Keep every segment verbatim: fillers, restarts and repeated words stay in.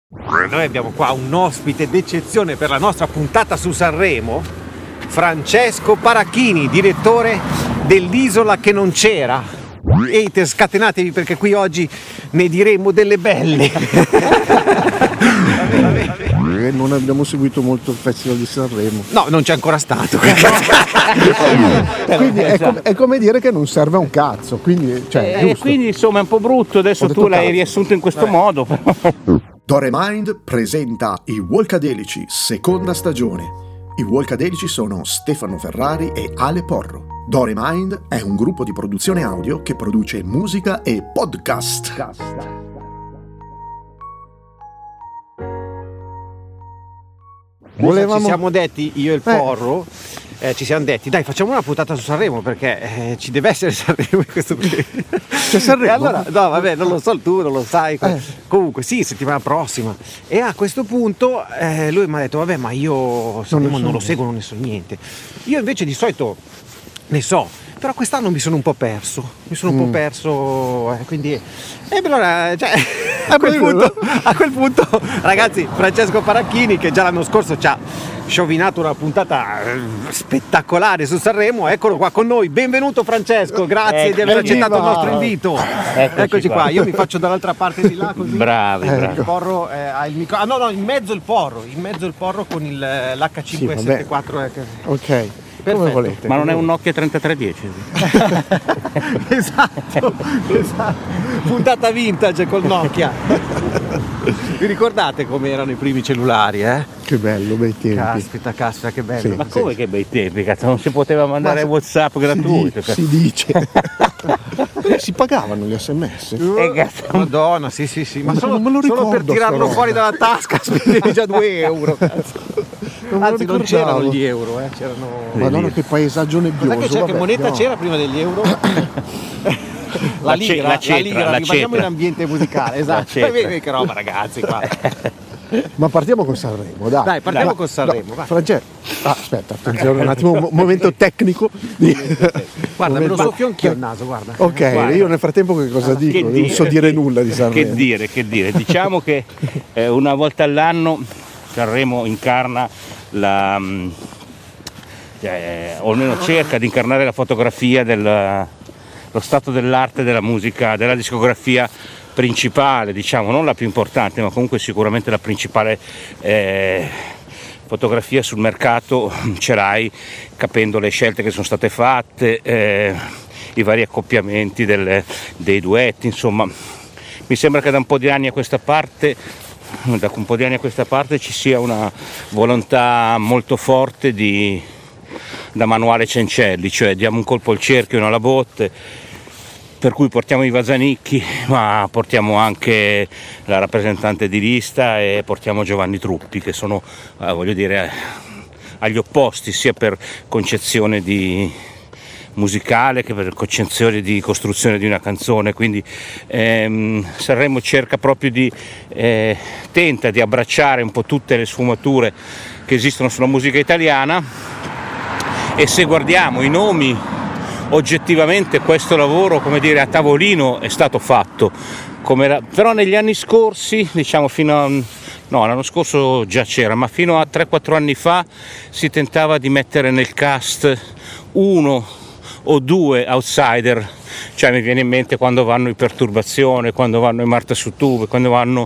Noi abbiamo qua un ospite d'eccezione per la nostra puntata su Sanremo, Francesco Paracchini, direttore dell'Isola che non c'era. E scatenatevi perché qui oggi ne diremo delle belle. Non abbiamo seguito molto il Festival di Sanremo. No, non c'è ancora stato. Quindi è, com- è come dire che non serve a un cazzo. Quindi, cioè, e quindi insomma è un po' brutto. Adesso tu l'hai cazzo. riassunto in questo eh. modo. Doremind presenta i Walkadelici, seconda stagione. I Walkadelici sono Stefano Ferrari e Ale Porro. Doremind è un gruppo di produzione audio che produce musica e podcast. Volevamo... Ci siamo detti, io e il Porro, eh. Eh, ci siamo detti, dai, facciamo una puntata su Sanremo perché eh, ci deve essere Sanremo in questo periodo. C'è Sanremo? E allora, no, vabbè, non lo so tu, non lo sai. Eh. Comunque, sì, settimana prossima. E a questo punto eh, lui mi ha detto, vabbè, ma io Sanremo non, non lo seguo, non ne so niente. Io invece di solito ne so, però quest'anno mi sono un po' perso, mi sono mm. un po' perso, eh, quindi... E allora, cioè, a, quel punto, a quel punto, ragazzi, Francesco Paracchini, che già l'anno scorso ci ha sciovinato una puntata spettacolare su Sanremo, eccolo qua con noi. Benvenuto Francesco, grazie eh, di aver accettato il nostro invito. Eccoci, Eccoci qua. qua, io mi faccio dall'altra parte di là così. Bravi, eh, bravi. Il Porro eh, ha il micro... Ah no, no, in mezzo il Porro, in mezzo il Porro con il, l'H cinque settantaquattro. Eh, che... Ok. Come volete. Ma non è un Nokia trentatré dieci? esatto, esatto. Puntata vintage col Nokia. Vi ricordate come erano i primi cellulari, eh? Che bello, bei tempi. Caspita, caspita, che bello. Sì, ma come sì. Che bei tempi, cazzo? Non si poteva mandare ma WhatsApp si gratuito. Di, si dice. Si pagavano gli sms? Eh, cazzo. Madonna, sì, sì, sì. Ma solo, non me lo ricordo, solo per tirarlo fuori dalla tasca spendevi già due euro, cazzo. Non Anzi, non c'erano gli euro, eh, c'erano. Madonna, che paesaggio nebbioso. Che, c'è, vabbè, che moneta no. c'era prima degli euro? La, la lira, la, cetra, la lira, la rimaniamo in ambiente musicale, esatto. Vedi che roba, ragazzi, qua. Ma partiamo con Sanremo, dai. Dai, partiamo dai, con Sanremo. No, Francesco, ah, aspetta, attenzione un attimo, un momento tecnico. Guarda, me lo soffio anch'io il naso, guarda. Ok, guarda. Io nel frattempo che cosa dico? Che non dire, so dire nulla di Sanremo. Che dire, che dire. Diciamo che eh, una volta all'anno Sanremo incarna la... Eh, o almeno cerca di incarnare la fotografia del lo stato dell'arte, della musica, della discografia principale, diciamo, non la più importante, ma comunque sicuramente la principale eh, fotografia sul mercato. Ce l'hai capendo le scelte che sono state fatte, eh, i vari accoppiamenti del, dei duetti, insomma. Mi sembra che da un po' di anni a questa parte da un po' di anni a questa parte ci sia una volontà molto forte di da manuale Cencelli, cioè diamo un colpo al cerchio, una alla botte, per cui portiamo i Vasanicchi, ma portiamo anche la rappresentante di lista e portiamo Giovanni Truppi, che sono, eh, voglio dire, agli opposti, sia per concezione di musicale che per concezione di costruzione di una canzone. Quindi ehm, Sanremo cerca proprio di eh, tenta di abbracciare un po' tutte le sfumature che esistono sulla musica italiana, e se guardiamo i nomi oggettivamente questo lavoro, come dire, a tavolino è stato fatto, come era, però negli anni scorsi, diciamo fino a no l'anno scorso già c'era, ma fino a tre quattro anni fa si tentava di mettere nel cast uno o due outsider, cioè mi viene in mente quando vanno in Perturbazione, quando vanno in Marta su Tube, quando vanno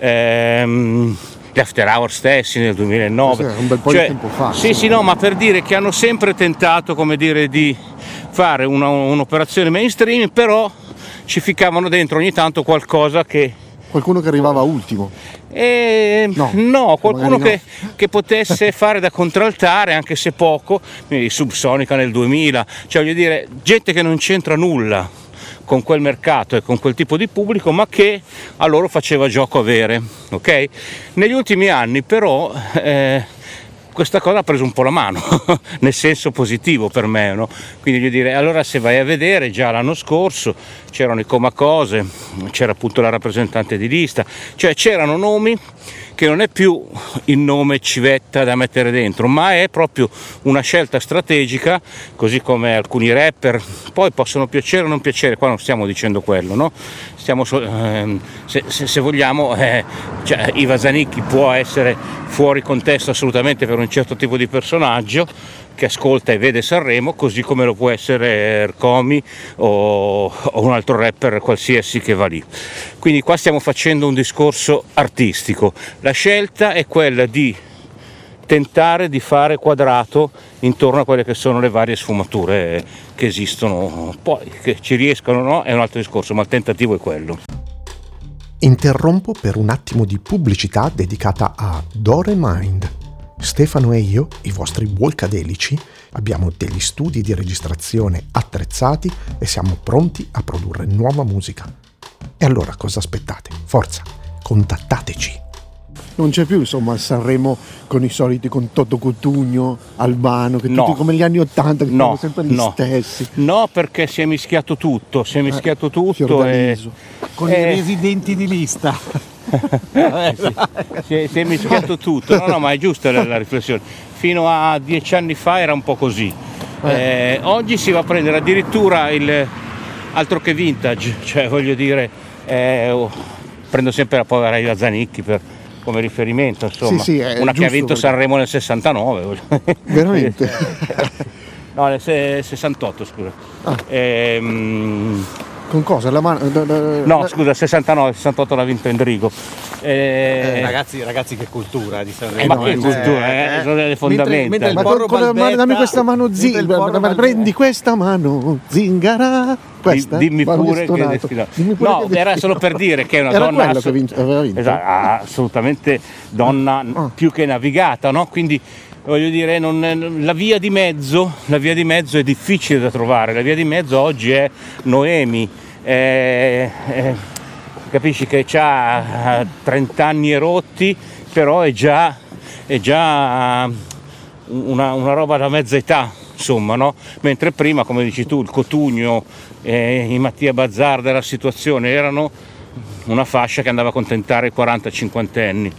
ehm, gli After Hours stessi nel duemilanove, sì, un bel po' cioè, di tempo fa. Sì, sì, no, ma per dire che hanno sempre tentato, come dire, di fare una, un'operazione mainstream, però ci ficcavano dentro ogni tanto qualcosa che... Qualcuno che arrivava ultimo. Eh, no, no, qualcuno che, no. che potesse fare da contraltare, anche se poco, quindi Subsonica nel duemila, cioè voglio dire, gente che non c'entra nulla con quel mercato e con quel tipo di pubblico, ma che a loro faceva gioco avere, ok? Negli ultimi anni però eh, questa cosa ha preso un po' la mano, nel senso positivo per me, no? Quindi voglio dire, allora se vai a vedere, già l'anno scorso c'erano i Comacose, c'era appunto la rappresentante di lista, cioè c'erano nomi che non è più il nome civetta da mettere dentro, ma è proprio una scelta strategica, così come alcuni rapper poi possono piacere o non piacere, qua non stiamo dicendo quello, no? stiamo eh, se, se, se vogliamo eh, cioè, Iva Zanicchi può essere fuori contesto assolutamente per un certo tipo di personaggio che ascolta e vede Sanremo, così come lo può essere Ercomi o, o un altro rapper qualsiasi che va lì. Quindi qua stiamo facendo un discorso artistico, la scelta è quella di tentare di fare quadrato intorno a quelle che sono le varie sfumature che esistono, poi che ci riescono o no è un altro discorso, ma il tentativo è quello. Interrompo per un attimo di pubblicità dedicata a Dore Mind. Stefano e io, i vostri walkadelici, abbiamo degli studi di registrazione attrezzati e siamo pronti a produrre nuova musica. E allora cosa aspettate? Forza, contattateci! Non c'è più insomma il Sanremo con i soliti, con Toto Cutugno, Albano, che no. tutti come gli anni Ottanta, che no, sono sempre gli no. stessi. No, perché si è mischiato tutto, si è mischiato Eh, tutto e Fiordaliso. Con Eh. i residenti di lista. Eh, sì. si, è, si è mischiato tutto, no no ma è giusta la, la riflessione, fino a dieci anni fa era un po' così, eh, oggi si va a prendere addirittura il altro che vintage, cioè voglio dire eh, oh, prendo sempre la povera Iva Zanicchi per, come riferimento, insomma, Sì, sì, è una che ha giusto, vinto perché- Sanremo nel sessantanove. Veramente? No, nel se- sessantotto scusa. Ah. Ehm, Con cosa? La mano? no scusa, sessantanove, sessantotto l'ha vinto Endrigo. Eh, ragazzi, ragazzi, che cultura di Sanremo. Eh, ma no, che eh, cultura, eh, eh. sono delle fondamenta. Mentre- mentre il Ma porro con, con la mano, balbetta, dammi questa mano mentre il porro zingara, balbetta. prendi questa mano zingara. Questa? Dimmi Mano pure che, stonato. che Dimmi pure no, che- era solo per dire che è una Era donna quello ass- che vince- aveva vinto? Esatto, assolutamente donna Ah. più che navigata, no? Quindi voglio dire, non- la via di mezzo, la via di mezzo è difficile da trovare. La via di mezzo oggi è Noemi, eh, eh, capisci che ha trenta anni e rotti, però è già, è già una, una roba da mezza età, insomma, no? Mentre prima, come dici tu, il Cotugno e i Mattia Bazzar della situazione erano una fascia che andava a contentare i quaranta cinquantenni.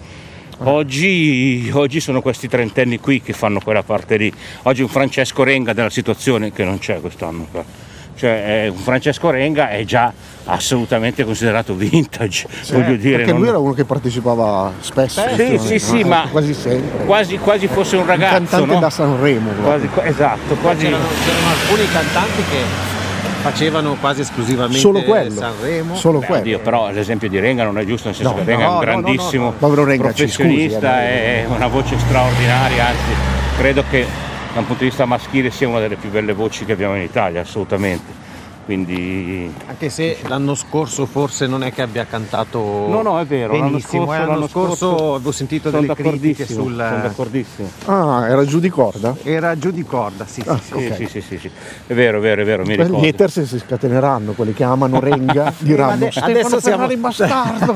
Oggi, oggi sono questi trentenni qui che fanno quella parte lì. Oggi un Francesco Renga della situazione che non c'è quest'anno qua. Cioè eh, un Francesco Renga è già assolutamente considerato vintage, voglio dire. Perché non- lui era uno che partecipava spesso. Sì, sì, ultimamente, sì, no? ma quasi sempre. quasi, quasi fosse un Un ragazzo, cantante no? da Sanremo. Quasi, esatto, quasi. C'erano, c'erano alcuni cantanti che facevano quasi esclusivamente Solo quello. Sanremo. Solo Beh, quello. oddio, però l'esempio di Renga non è giusto, nel senso No, che Renga no, è un no, no, grandissimo no, no. Povero Renga, ci scusi, professionista, eh, è una voce straordinaria, anzi credo che da un punto di vista maschile sia una delle più belle voci che abbiamo in Italia, assolutamente. Quindi Anche se l'anno scorso forse non è che abbia cantato no, no, è vero, l'anno benissimo. scorso, eh, l'anno l'anno scorso scorso avevo sentito sono delle critiche d'accordissimo, sul... sono d'accordissimo. Ah, era giù di corda? Era giù di corda, sì, sì, Ah, sì. Sì, ok. sì, sì, sì, sì. È vero, è vero, è vero, mi Beh, ricordo. gli haters si scateneranno, quelli che amano Renga diranno Ade- Stefano adesso siamo- Ferrari bastardo.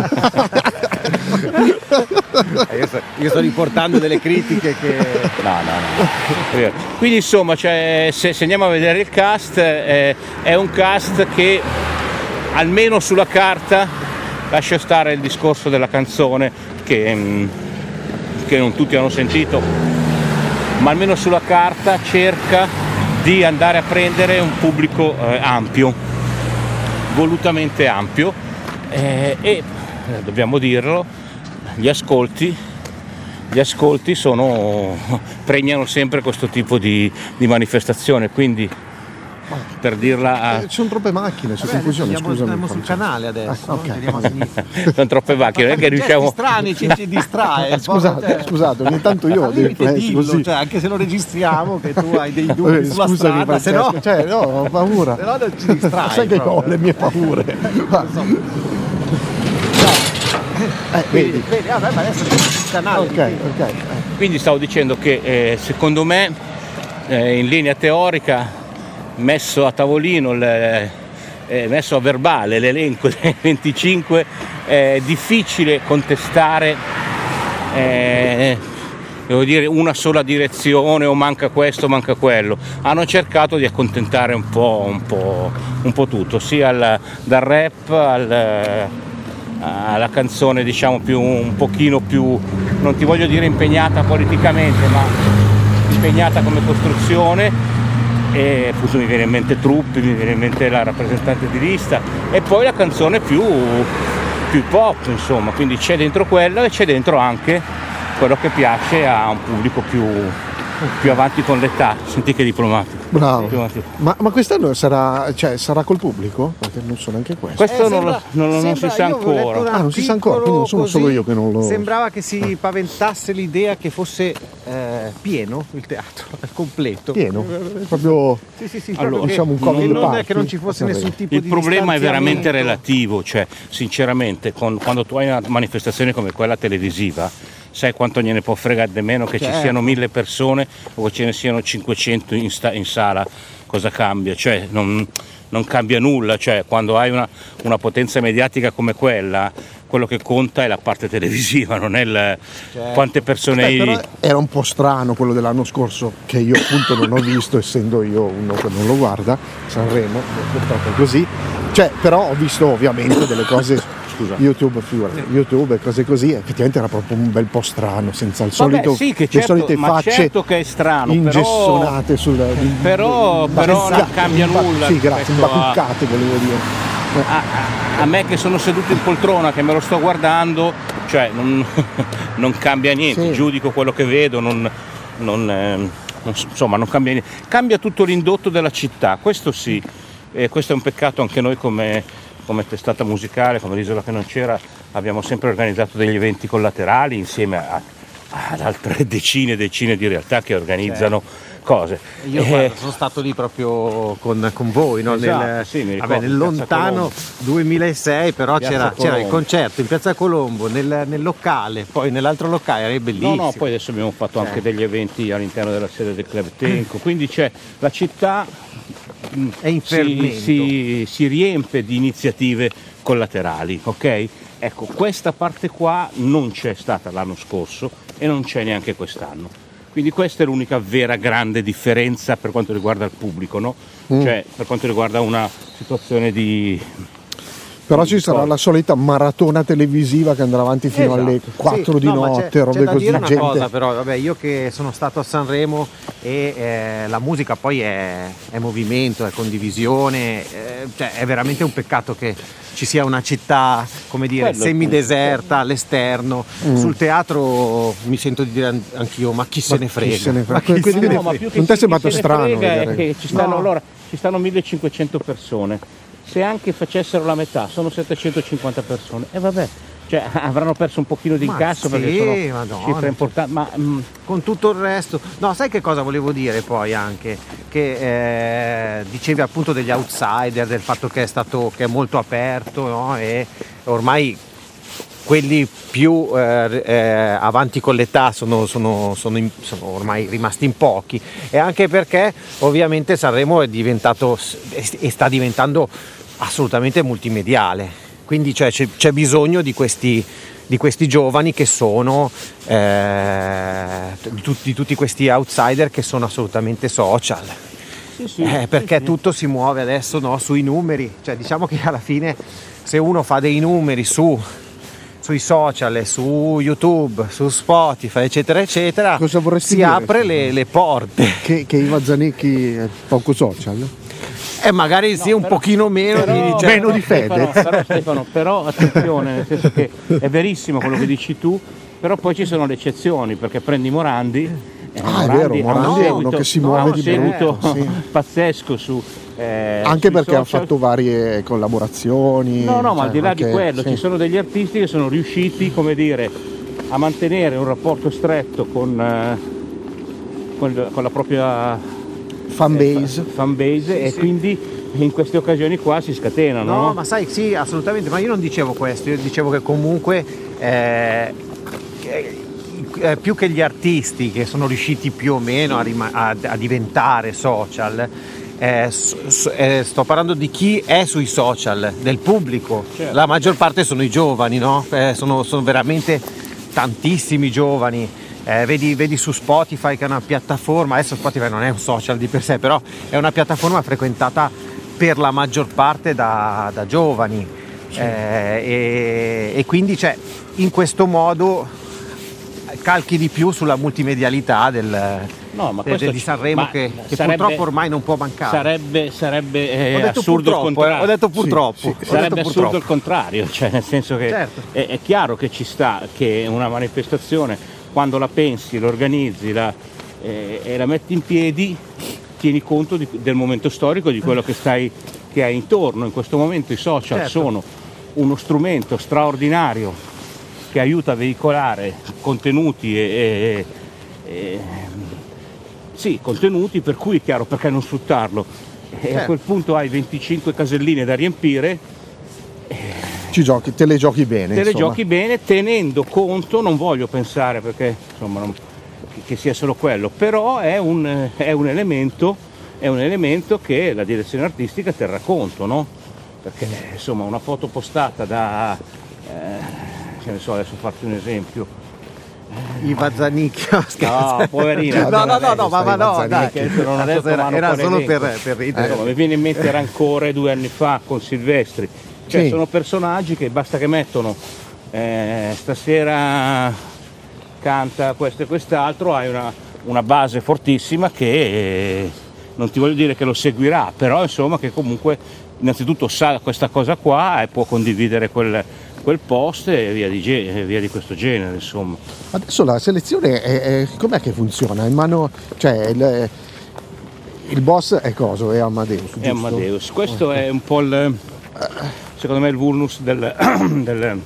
Eh, Io sto, io sto riportando delle critiche che... No, no, no. È vero. Quindi insomma, cioè, se, se andiamo a vedere il cast, eh, è un cast che almeno sulla carta, lascia stare il discorso della canzone che, mh, che non tutti hanno sentito, ma almeno sulla carta cerca di andare a prendere un pubblico eh, ampio, volutamente ampio, eh, e eh, dobbiamo dirlo, gli ascolti gli ascolti sono, pregnano sempre questo tipo di, di manifestazione, quindi per dirla a... Eh, Ci sono troppe macchine, c'è confusione, Andiamo, scusami. andiamo sul Francesco. canale adesso, Ah, ok. no? Vediamo a sinistra. sono troppe macchine, non è che riusciamo... Gesti strani ci, ci distrae. Eh, scusate, Cioè, scusate, ogni tanto io ho al dei limite flash dillo, così. cioè, anche se lo registriamo che tu hai dei Eh, dubbi sulla scusami, strada, se no, Francesco, cioè, no, ho paura. se no non ci distrai. Sai che ho proprio. le mie paure. Va. Eh, Vedi, vedi. vedi, vabbè, ma adesso siamo sul canale. Ok, ok. Quindi stavo dicendo che eh, secondo me eh, in linea teorica, messo a tavolino, il, eh, messo a verbale l'elenco dei venticinque, è difficile contestare eh, devo dire una sola direzione o manca questo, manca quello. Hanno cercato di accontentare un po', un po', un po' tutto, sia al, dal rap al, alla canzone diciamo più un pochino più, non ti voglio dire impegnata politicamente, ma impegnata come costruzione. E appunto mi viene in mente Truppi, mi viene in mente la rappresentante di lista, e poi la canzone più, più pop, insomma, quindi c'è dentro quella e c'è dentro anche quello che piace a un pubblico più, più avanti con l'età. Senti che diplomatico. Bravo. Ma, ma quest'anno sarà, cioè, sarà col pubblico? Perché non so neanche questo. Questo Eh, non, sembra, lo, non, non sembra, si sa io ho letto ancora. un Ah, non si sa ancora, quindi non sono articolo solo io che non lo... Sembrava che si paventasse l'idea che fosse eh, pieno il teatro, al completo. Pieno, proprio... Sì, sì, sì, Allora, proprio diciamo un che, cocktail non è party. che non ci fosse nessun tipo Il di problema è veramente distanziamento. relativo, cioè sinceramente con, quando tu hai una manifestazione come quella televisiva sai quanto gliene può fregare di meno che Certo. ci siano mille persone o che ce ne siano cinquecento in, sta, in sala, cosa cambia? Cioè non, non cambia nulla, cioè quando hai una, una potenza mediatica come quella, quello che conta è la parte televisiva, non è il, Certo. quante persone Beh, hai. però era un po' strano quello dell'anno scorso, che io appunto non ho visto, essendo io uno che non lo guarda, Sanremo, purtroppo è così. Cioè, però ho visto ovviamente delle cose, Scusa. YouTube, figurati, YouTube e cose così, effettivamente era proprio un bel po' strano, senza il Vabbè, solito, sì, che le certo, solite ma facce certo che è strano, ingessonate però, sul... però, però non cambia imba- nulla. Sì, grazie, rispetto a- imbacuccate volevo dire. A, a- a me che sono seduto in poltrona, che me lo sto guardando, cioè non, non cambia niente, Sì. giudico quello che vedo, non, non, eh, non so- insomma non cambia niente. Cambia tutto l'indotto della città, questo sì, e questo è un peccato. Anche noi come, come testata musicale, come l'Isola che non c'era, abbiamo sempre organizzato degli eventi collaterali insieme a, ad altre decine e decine di realtà che organizzano cose. Io Eh, guarda, sono stato lì proprio con, con voi, no? Esatto, nel, sì, mi ricordo, vabbè, nel in Piazza lontano Colombo. duemilasei, però Piazza c'era, c'era il Colombo. concerto in Piazza Colombo, nel, nel locale, poi nell'altro locale, era No, bellissimo. no, poi adesso abbiamo fatto anche degli eventi all'interno della sede del Club Tenco, quindi c'è la città mh, È in si, fermento. si, si riempie di iniziative collaterali, ok? Ecco, questa parte qua non c'è stata l'anno scorso e non c'è neanche quest'anno. Quindi questa è l'unica vera grande differenza per quanto riguarda il pubblico, no? Mm. Cioè per quanto riguarda una situazione di... Però ci sarà la solita maratona televisiva che andrà avanti fino Esatto. alle quattro Sì, di no, ma notte, c'è, robe c'è da così, dire una gente. cosa però, vabbè, io che sono stato a Sanremo e eh, la musica poi è, è movimento, è condivisione, eh, cioè è veramente un peccato che ci sia una città, come dire, Quello, semideserta all'esterno. Mm. Sul teatro mi sento di dire an- anch'io, ma chi se Ma ne chi frega? se ne frega? Ma chi Quindi- se ne quindi- No, ma frega? più che non ti è chi sembrato se ne strano frega è vedere? che ci stanno, No. allora, ci stanno millecinquecento persone, se anche facessero la metà sono settecentocinquanta persone e vabbè, cioè avranno perso un pochino di Ma incasso sì, perché sono Madonna. cifre importanti, ma mm, Con tutto il resto, no, sai che cosa volevo dire poi anche? Che eh, dicevi appunto degli outsider, del fatto che è stato che è molto aperto, no? E ormai quelli più eh, eh, avanti con l'età sono, sono, sono, in- sono ormai rimasti in pochi, e anche perché ovviamente Sanremo è diventato e sta diventando assolutamente multimediale, quindi cioè, c'è, c'è bisogno di questi, di questi giovani che sono eh, di, tutti, di tutti questi outsider che sono assolutamente social. sì, sì, Eh, perché sì, sì. tutto si muove adesso, no, sui numeri, cioè diciamo che alla fine se uno fa dei numeri su, sui social, su YouTube, su Spotify, eccetera eccetera, Cosa vorresti si dire? apre le, le porte, Che, che Iva Zanicchi è poco social? e magari sì, un però- pochino meno però, di, cioè, meno di Stefano, fede. però, Stefano, però attenzione, nel senso che è verissimo quello che dici tu, però poi ci sono le eccezioni, perché prendi Morandi, eh, Ah, è vero, ha un Morandi è uno seguito- che si no, muove ha un di seguito brutto, sì. pazzesco su eh, Anche sui perché ha social. fatto varie collaborazioni. No, no, ma cioè, al di là anche- di quello, sì. ci sono degli artisti che sono riusciti, come dire, a mantenere un rapporto stretto con, eh, con, con la propria fan base. eh, fan base e quindi in queste occasioni qua si scatenano. No, no? ma sai, sì, assolutamente, ma io non dicevo questo, io dicevo che comunque eh, che- eh, più che gli artisti che sono riusciti più o meno a, rima- a- a diventare social, eh, s- s- eh, sto parlando di chi è sui social, del pubblico, Certo. la maggior parte sono i giovani, no? Eh, sono, sono veramente tantissimi giovani. Eh, vedi, vedi su Spotify che è una piattaforma, adesso Spotify non è un social di per sé, però è una piattaforma frequentata per la maggior parte da, da giovani. Eh, e, e quindi cioè, in questo modo calchi di più sulla multimedialità del, No, ma de- questo di ci- Sanremo ma che, che sarebbe- purtroppo ormai non può mancare. Sarebbe, sarebbe eh, ho detto assurdo il purtroppo, eh, contrario. ho detto purtroppo. Sì, ho Sarebbe detto assurdo purtroppo. il contrario, cioè nel senso che Certo. è, è chiaro che ci sta che una manifestazione, quando la pensi, la organizzi la, eh, e la metti in piedi, tieni conto di- del momento storico, di quello che stai che hai intorno. In questo momento i social Certo. sono uno strumento straordinario che aiuta a veicolare contenuti e, e- e- sì, contenuti, per cui è chiaro perché non sfruttarlo. E Certo. a quel punto hai venticinque caselline da riempire, Ci giochi, te le giochi bene. te le insomma. giochi bene tenendo conto, non voglio pensare perché insomma non- che- che sia solo quello, però è un, è un elemento è un elemento che la direzione artistica terrà conto, no? Perché insomma una foto postata da eh, che ne so, adesso farti un esempio. Iva Zanicchio, scherzo. No, poverina. No, no, no, no, ma, ma no, Iva dai, Zanicchio, adesso non ho adesso sotto era, mano era quale solo elenco. per, per ridere. Insomma, mi viene in mente Rancore due anni fa con Silvestri, cioè Sì. sono personaggi che basta che mettono eh, stasera canta questo e quest'altro, hai una, una base fortissima che eh, non ti voglio dire che lo seguirà, però insomma che comunque innanzitutto sa questa cosa qua e può condividere quel, quel post e via di, ge- via di questo genere, insomma. Adesso la selezione è, è- com'è che funziona? In mano, cioè il, il boss è coso? È Amadeus, giusto? È Amadeus. Questo è un po' il, secondo me il vulnus del, del,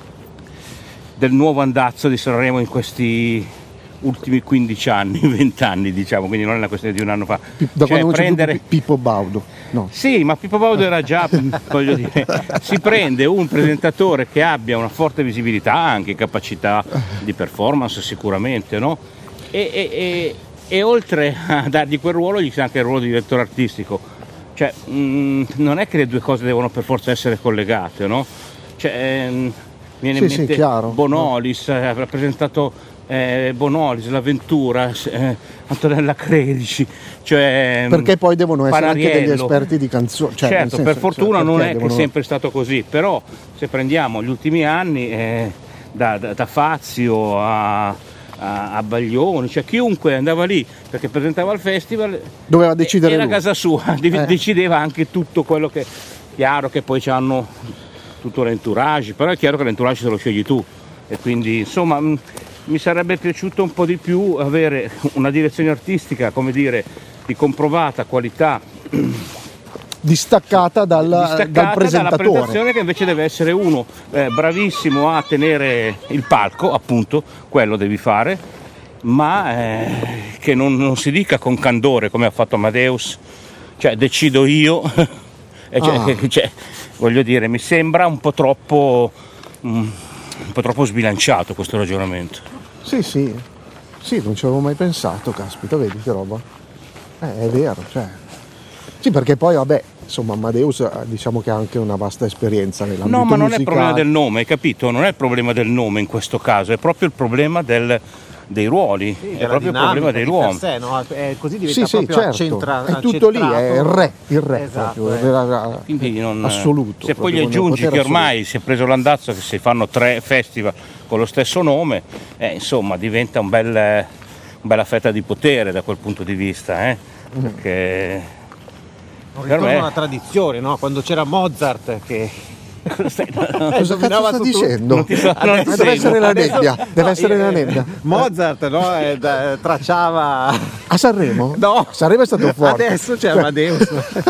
del nuovo andazzo di Sanremo in questi ultimi quindici anni, venti anni diciamo, quindi non è una questione di un anno fa. Pi- Da Cioè, quando non c'è prendere... più Pi- Pippo Baudo. No. Sì, ma Pippo Baudo era già, voglio dire, si prende un presentatore che abbia una forte visibilità, anche capacità di performance sicuramente, no? E, e- e- e oltre a dargli quel ruolo gli sta anche il ruolo di direttore artistico. Cioè, mh, non è che le due cose devono per forza essere collegate, no? Cioè, ehm, viene in Sì, sì, mente chiaro. Bonolis, eh, ha rappresentato eh, Bonolis, l'avventura, eh, Antonella Credici, cioè Perché poi devono essere anche degli Panariello. esperti di canzoni. Cioè, nel Certo, senso, per fortuna cioè, non perché è che devono- è sempre stato così, però se prendiamo gli ultimi anni, eh, da, da- da Fazio a, a, a Baglioni, cioè chiunque andava lì perché presentava il festival Doveva decidere era lui. casa sua, de- Eh. decideva anche tutto quello che... Chiaro che poi hanno tutto l'entourage, però è chiaro che l'entourage te lo scegli tu e quindi insomma mh, mi sarebbe piaciuto un po' di più avere una direzione artistica, come dire, di comprovata qualità, distaccata dal, distaccata dal dalla presentatore. presentazione, che invece deve essere uno eh, bravissimo a tenere il palco, appunto, quello devi fare, ma eh, che non, non si dica con candore come ha fatto Amadeus, cioè decido io, e cioè, Ah. cioè, voglio dire, mi sembra un po' troppo, mm, un po' troppo sbilanciato questo ragionamento. Sì, sì, sì, non ci avevo mai pensato, caspita, vedi che roba. Eh, è vero, cioè. Sì, perché poi, vabbè, insomma, Amadeus eh, diciamo che ha anche una vasta esperienza nell'ambito No, ma non è il musicale. problema del nome, hai capito? Non è il problema del nome in questo caso, è proprio il problema del- dei ruoli, Sì, è della proprio il dinamica problema dei di ruoli. per sé, no? È così Sì, diventa sì, proprio certo. accentra- È tutto lì, è il accentrato. re, il re Esatto, proprio, eh. era- Quindi non, assoluto. se poi gli proprio, aggiungi potere che ormai si è preso l'andazzo che si fanno tre festival con lo stesso nome, eh, insomma diventa un bel, una bella fetta di potere da quel punto di vista, eh? Perché Un per ritorno me- alla tradizione, no? Quando c'era Mozart che Cosa Eh, cazzo dominava sta tutto. dicendo? Non ti so- non Eh, ti deve seguo. essere la Adesso- nebbia, deve no, essere eh, la nebbia. Mozart, no? Eh, da- tracciava. A Sanremo? No, Sanremo è stato forte. adesso c'è Cioè, Amadeus.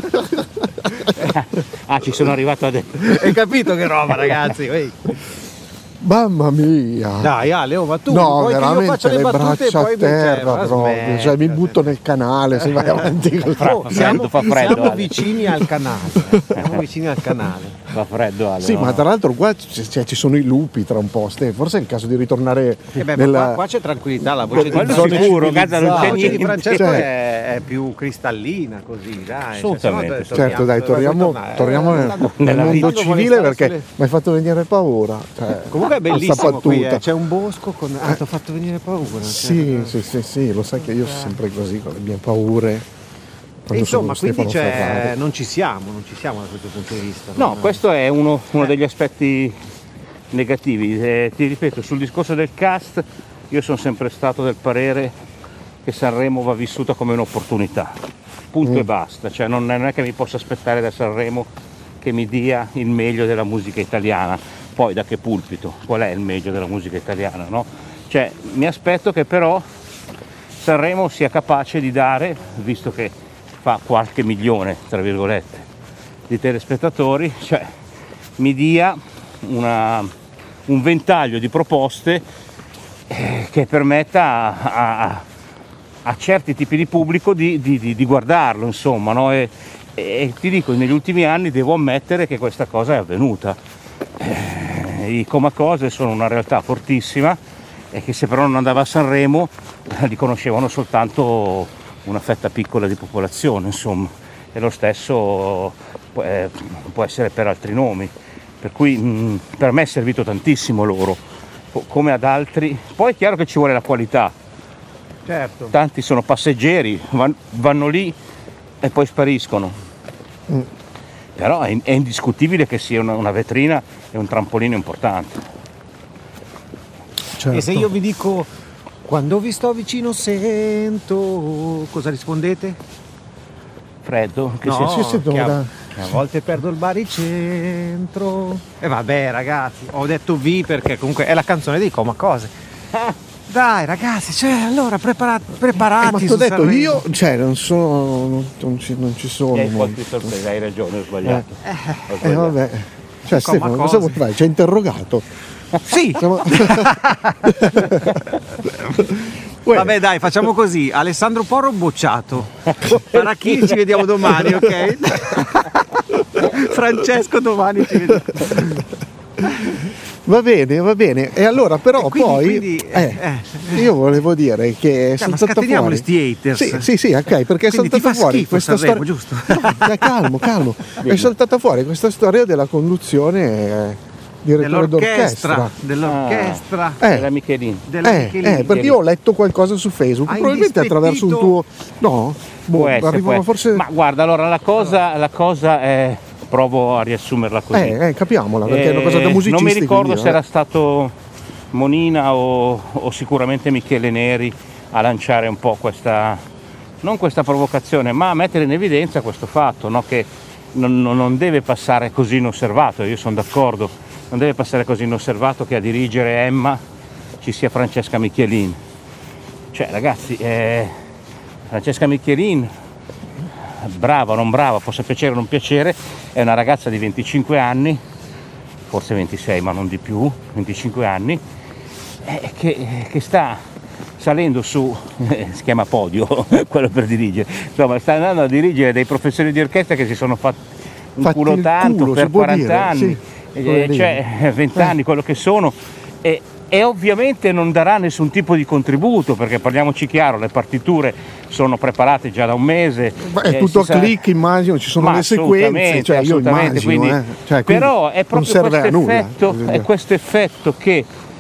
ah, ci sono arrivato adesso. Hai capito che roba, ragazzi? Ehi. Mamma mia. Dai, Ale, oh, ma tu No, vuoi che io veramente faccia le le battute e braccia poi a terra cioè, ma proprio, smetta, cioè mi butto nel canale se vai avanti col Oh, Fa siamo, freddo, fa freddo, siamo Ale. vicini al canale. eh. Siamo vicini al canale. Fa freddo, Ale, Sì, no? ma tra l'altro qua c- cioè, ci sono i lupi tra un po', Ste, forse è il caso di ritornare Eh beh, ma nella... qua, qua c'è tranquillità, la voce di Quello Francesco, sicuro, Gazza, non la c'è voce di niente. Francesco Cioè- è, è più cristallina così, dai. Assolutamente. Cioè, se no, Certo, dai, dove vuoi torniamo, tornare? torniamo Eh, nel, quando- nel nella mondo quando vuoi civile stare perché sulle- mi hai fatto venire paura. Cioè, Comunque è questa bellissimo qui, battuta. eh. C'è un bosco con... Ah, ti ho fatto venire paura. Sì, cioè. sì, sì, sì, lo sai che io sono sempre così con le mie paure. E Quando insomma, sono quindi Stefano c'è- Ferrari. non ci siamo, non ci siamo da questo punto di vista. No, non- questo è uno, uno degli aspetti negativi. Eh, ti ripeto, sul discorso del cast, io sono sempre stato del parere che Sanremo va vissuta come un'opportunità, punto mm. e basta, cioè non è, non è che mi posso aspettare da Sanremo che mi dia il meglio della musica italiana, poi da che pulpito, qual è il meglio della musica italiana, no? Cioè mi aspetto che però Sanremo sia capace di dare, visto che fa qualche milione, tra virgolette, di telespettatori, cioè mi dia una, un ventaglio di proposte eh, che permetta a, a, a certi tipi di pubblico di, di, di, di guardarlo, insomma, no? E, e ti dico, negli ultimi anni devo ammettere che questa cosa è avvenuta. Eh, I Comacose sono una realtà fortissima e che se però non andava a Sanremo li conoscevano soltanto una fetta piccola di popolazione, insomma, e lo stesso può, eh, può essere per altri nomi, per cui mh, per me è servito tantissimo loro, come ad altri. Poi è chiaro che ci vuole la qualità, certo. Tanti sono passeggeri, van, vanno lì e poi spariscono, mm. però è, è indiscutibile che sia una, una vetrina e un trampolino importante. Certo. E se io vi dico quando vi sto vicino sento, cosa rispondete? Freddo? Che no, senso? Sì, sì, che, a, che a volte perdo il baricentro. E vabbè ragazzi, ho detto vi perché comunque è la canzone dei Comacose. Dai ragazzi, cioè allora preparati, preparati. Eh, ma ti ho detto Sanremo. Io, cioè non sono, non, non, ci, non ci sono. Eh, molto. Sorpresa, hai ragione, ho sbagliato. Eh, ho sbagliato. Eh vabbè. Cioè Stefano, cosa vuoi fare? Ci hai interrogato. Sì. Siamo... Vabbè dai, facciamo così. Alessandro Porro bocciato. Paracchini ci vediamo domani, ok? Francesco domani ci vediamo. Va bene, va bene. E allora però e quindi, poi quindi, eh, eh, io volevo dire che è cioè, ma saltata fuori. sti haters. Sì, sì, sì, ok, perché quindi è saltata fuori schifo, questa Sanremo, storia. Giusto? No, calmo, calmo. È saltata fuori questa storia della conduzione eh, direttore dell'orchestra, d'orchestra. Dell'orchestra. Ah, Eh. della Michelin. Della Eh, Michelin. eh, perché io ho letto qualcosa su Facebook, Hai probabilmente attraverso un tuo. No? Boh, Può essere, arrivava può forse. essere. Ma guarda, allora la cosa, la cosa è. Provo a riassumerla così. Eh, eh, capiamola, perché Eh, è una cosa da musicisti. non mi ricordo quindi, se eh. era stato Monina o, o sicuramente Michele Neri a lanciare un po' questa, non questa provocazione, ma a mettere in evidenza questo fatto, no? Che non, non deve passare così inosservato. Io sono d'accordo, non deve passare così inosservato che a dirigere Emma ci sia Francesca Michelin. Cioè ragazzi, eh, Francesca Michelin, brava o non brava, possa piacere o non piacere, è una ragazza di venticinque anni, forse ventisei ma non di più, venticinque anni, eh, che, che sta salendo su, eh, si chiama podio, quello per dirigere, insomma sta andando a dirigere dei professori di orchestra che si sono fatti un Fatti culo tanto culo, per quaranta anni, sì, eh, cioè venti anni, quello che sono, e, e ovviamente non darà nessun tipo di contributo, perché parliamoci chiaro, le partiture sono preparate già da un mese. Ma è eh, tutto a sa... click, immagino, ci sono Ma le sequenze, cioè io immagino, quindi, eh. cioè, quindi però è proprio questo effetto, è questo effetto che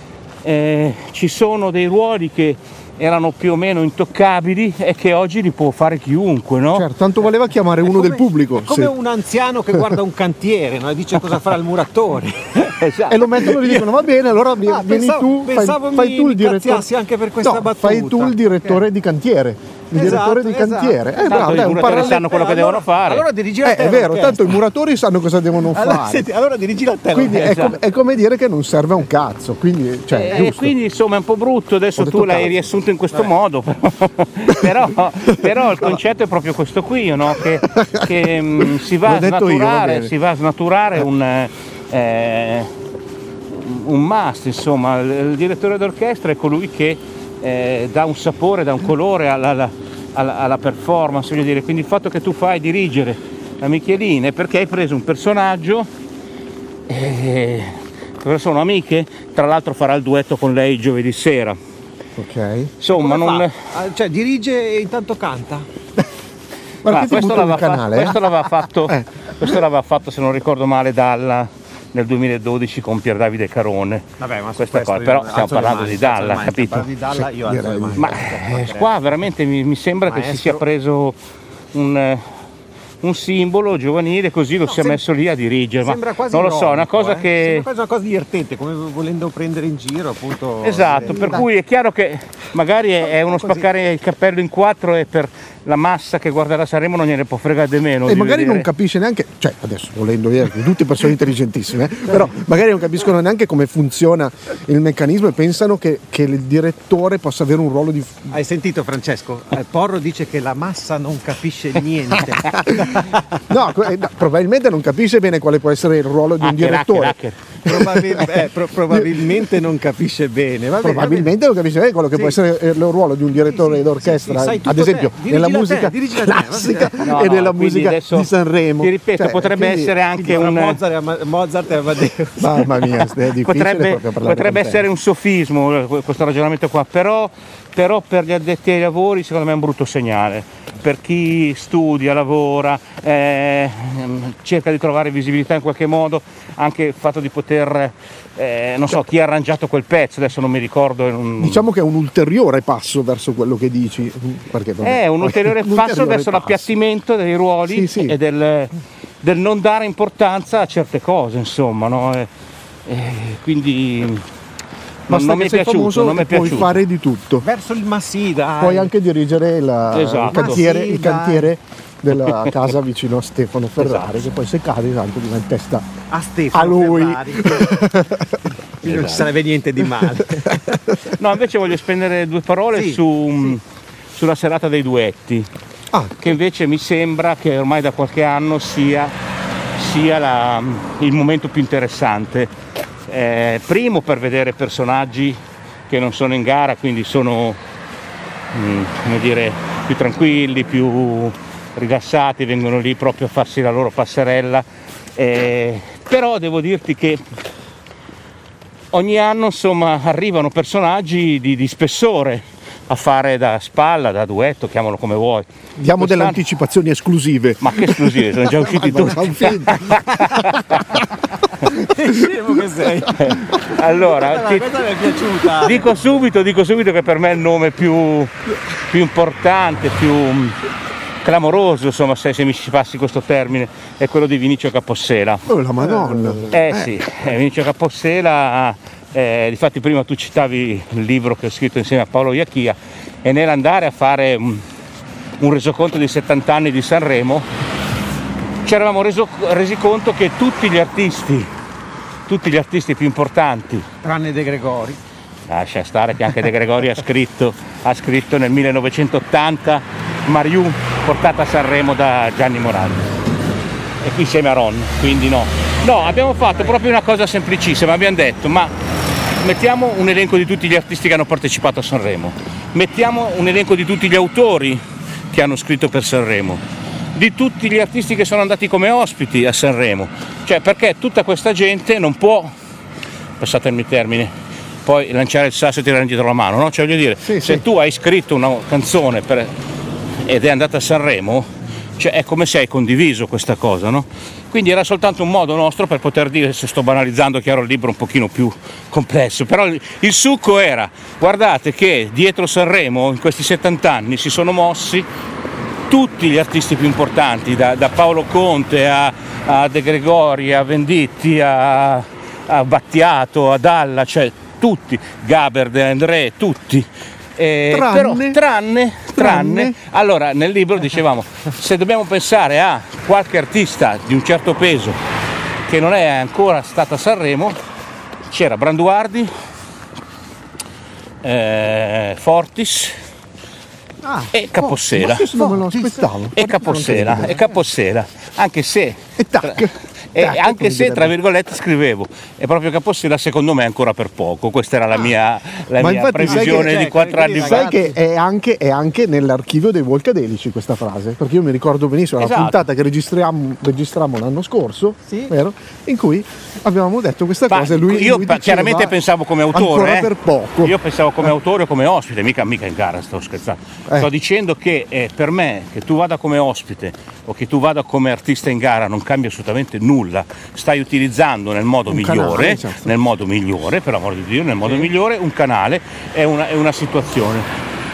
eh, ci sono dei ruoli che erano più o meno intoccabili e che oggi li può fare chiunque, no? Certo, tanto voleva chiamare uno come, del pubblico. È come sì. un anziano che guarda un cantiere, no? E dice cosa farà il muratore. Esatto. E lo mettono e gli dicono va bene, allora ah, vieni pensavo, tu, pensavo fai, fai mi, tu il mi direttore. anche per questa no, battuta. fai tu il direttore okay. di cantiere. Il esatto, direttore di esatto. cantiere. Eh, Tanto bravo, i dai, un muratori parallelo. sanno quello che allora, devono fare. Allora dirigi la Eh, è vero, tanto i muratori sanno cosa devono allora, fare. senti, allora dirigi la terra. Quindi è, esatto. com- è come dire che non serve a un cazzo. Quindi, cioè, E giusto. quindi insomma è un po' brutto, adesso tu l'hai cazzo. riassunto in questo eh. modo, però, però il concetto è proprio questo qui, no? Che, che mh, si, va a snaturare, io, si va a snaturare un, eh, un must, insomma, il, il direttore d'orchestra è colui che eh, dà un sapore, dà un colore alla, alla, alla, alla performance, voglio dire. Quindi il fatto che tu fai dirigere la Michelin è perché hai preso un personaggio, eh, sono amiche, tra l'altro farà il duetto con lei giovedì sera. Ok. Insomma, non... Ah, cioè dirige e intanto canta. Ma ah, questo, l'aveva canale, fa- eh? questo l'aveva fatto, eh. questo l'aveva fatto, se non ricordo male, Dalla nel duemiladodici con Pier Davide Carone. Vabbè, ma questa cosa, però stiamo parlando di Dalla, capito? Di Dalla, io sì, alzo le mani. Ma eh, qua veramente mi, mi sembra Maestro. che si sia preso un, un simbolo giovanile, così lo No, si è sem- messo lì a dirigere, ma Sembra quasi non lo so, è una ironico, cosa eh. che... Sembra quasi una cosa divertente, come volendo prendere in giro, appunto. Esatto, per Dai. cui è chiaro che magari è, è uno Così. spaccare il cappello in quattro, e per la massa che guarderà Sanremo non gliene può fregare di meno. E di magari vedere. non capisce neanche, cioè adesso volendo dire che tutte persone intelligentissime, eh, però magari non capiscono neanche come funziona il meccanismo e pensano che, che il direttore possa avere un ruolo di... Hai sentito, Francesco? Eh, Porro dice che la massa non capisce niente. No, eh, no, probabilmente non capisce bene quale può essere il ruolo di un Hacker, direttore. hacker, hacker. Probabil- eh, pro- probabilmente non capisce bene. Va bene, Probabilmente non capisce bene quello che Sì. può essere il ruolo di un direttore Sì, sì, d'orchestra, sì, sì, sai tutto ad esempio te. nella Dirigila musica te, dirigila te, va classica bene. No, e no, nella quindi musica adesso di Sanremo. ti ripeto, Cioè, potrebbe quindi- essere anche Tra un... Mozart, e Ama- Mozart e Amadeus. Mamma mia, è difficile potrebbe, proprio parlare potrebbe con te. essere un sofismo eh, questo ragionamento qua, però, però per gli addetti ai lavori secondo me è un brutto segnale. Per chi studia, lavora, eh, cerca di trovare visibilità in qualche modo, anche il fatto di poter, eh, non so, chi ha arrangiato quel pezzo, adesso non mi ricordo. Non... Diciamo che è un ulteriore passo verso quello che dici. Perché, vabbè, È un ulteriore un passo ulteriore verso passo. l'appiattimento dei ruoli Sì, sì. e del, del non dare importanza a certe cose, insomma, no? E, e quindi non, Basta non mi che è sei piaciuto, famoso non mi è e puoi piaciuto. fare di tutto. Verso il Massì, dai. Puoi anche dirigere la- Esatto. il cantiere, Ma sì, il dai. cantiere della casa vicino a Stefano Ferrari, Esatto. che poi se cade tanto diventa in testa a Stefano a lui. Ferrari. Quindi non ci sarebbe niente di male. No, invece voglio spendere due parole Sì, su, sulla serata dei duetti, Ah, che invece mi sembra che ormai da qualche anno sia, sia la- il momento più interessante. Eh, primo per vedere personaggi che non sono in gara, quindi sono mm, come dire, più tranquilli, più rilassati, vengono lì proprio a farsi la loro passerella. Eh, però devo dirti che ogni anno insomma arrivano personaggi di, di spessore a fare da spalla, da duetto, chiamalo come vuoi. diamo delle Quest'anno- anticipazioni esclusive. Ma che esclusive, sono già usciti Ma- ma tutti. fa un Che scemo che sei. Allora, Questa, ti- questa mi è piaciuta. dico subito, dico subito che per me il nome più, più importante, più mm, clamoroso, insomma, se, se mi ci passi questo termine, è quello di Vinicio Capossela. Oh, la Madonna. Eh sì, eh, Vinicio Capossela, eh, difatti prima tu citavi il libro che ho scritto insieme a Paolo Iachia, e nell'andare a fare un, un resoconto di settanta anni di Sanremo ci eravamo reso- resi conto che tutti gli artisti, tutti gli artisti più importanti, Tranne De Gregori. lascia stare che anche De Gregori ha scritto, ha scritto nel millenovecentottanta Mariù, portata a Sanremo da Gianni Morandi, e qui insieme a Ron, quindi no. No, abbiamo fatto proprio una cosa semplicissima, abbiamo detto, ma mettiamo un elenco di tutti gli artisti che hanno partecipato a Sanremo, mettiamo un elenco di tutti gli autori che hanno scritto per Sanremo, di tutti gli artisti che sono andati come ospiti a Sanremo, cioè perché tutta questa gente non può, passatemi il termine, poi lanciare il sasso e tirare indietro la mano, no? Cioè voglio dire, Sì, se sì. tu hai scritto una canzone per, ed è andata a Sanremo, cioè è come se hai condiviso questa cosa, no? Quindi era soltanto un modo nostro per poter dire, se sto banalizzando, chiaro, il libro è un pochino più complesso, però il, il succo era, guardate che dietro Sanremo in questi settanta anni si sono mossi tutti gli artisti più importanti, da, da Paolo Conte a, a De Gregori, a Venditti, a, a Battiato, a Dalla, cioè tutti, Gaber, De André, tutti. Eh, Tranne- però, tranne, tranne, tranne- allora nel libro dicevamo, se dobbiamo pensare a qualche artista di un certo peso che non è ancora stata a Sanremo, c'era Branduardi, eh, Fortis Ah, e Capossela. ma questo non me lo aspettavo. E Capossela, e Capossela, anche se, E tac. e Tac, anche come se direbbe. tra virgolette scrivevo, e proprio Capossela secondo me è ancora per poco, questa era la mia, la Ma mia infatti sai previsione che- di cioè, quattro anni quindi fa. Sai che è anche, è anche nell'archivio dei Volcadelici questa frase, perché io mi ricordo benissimo la Esatto. puntata che registriamo, registrammo l'anno scorso, Sì. vero? In cui avevamo detto questa Ma cosa e lui, io lui pa- diceva, chiaramente pensavo come autore, ancora eh. per poco. Io pensavo come autore o come ospite, mica, mica in gara, sto scherzando. Eh. Sto dicendo che eh, per me che tu vada come ospite o che tu vada come artista in gara non cambia assolutamente nulla. Stai utilizzando nel modo Un migliore, canale, certo. nel modo migliore, per l'amor di Dio, nel modo migliore un canale e una, e una situazione.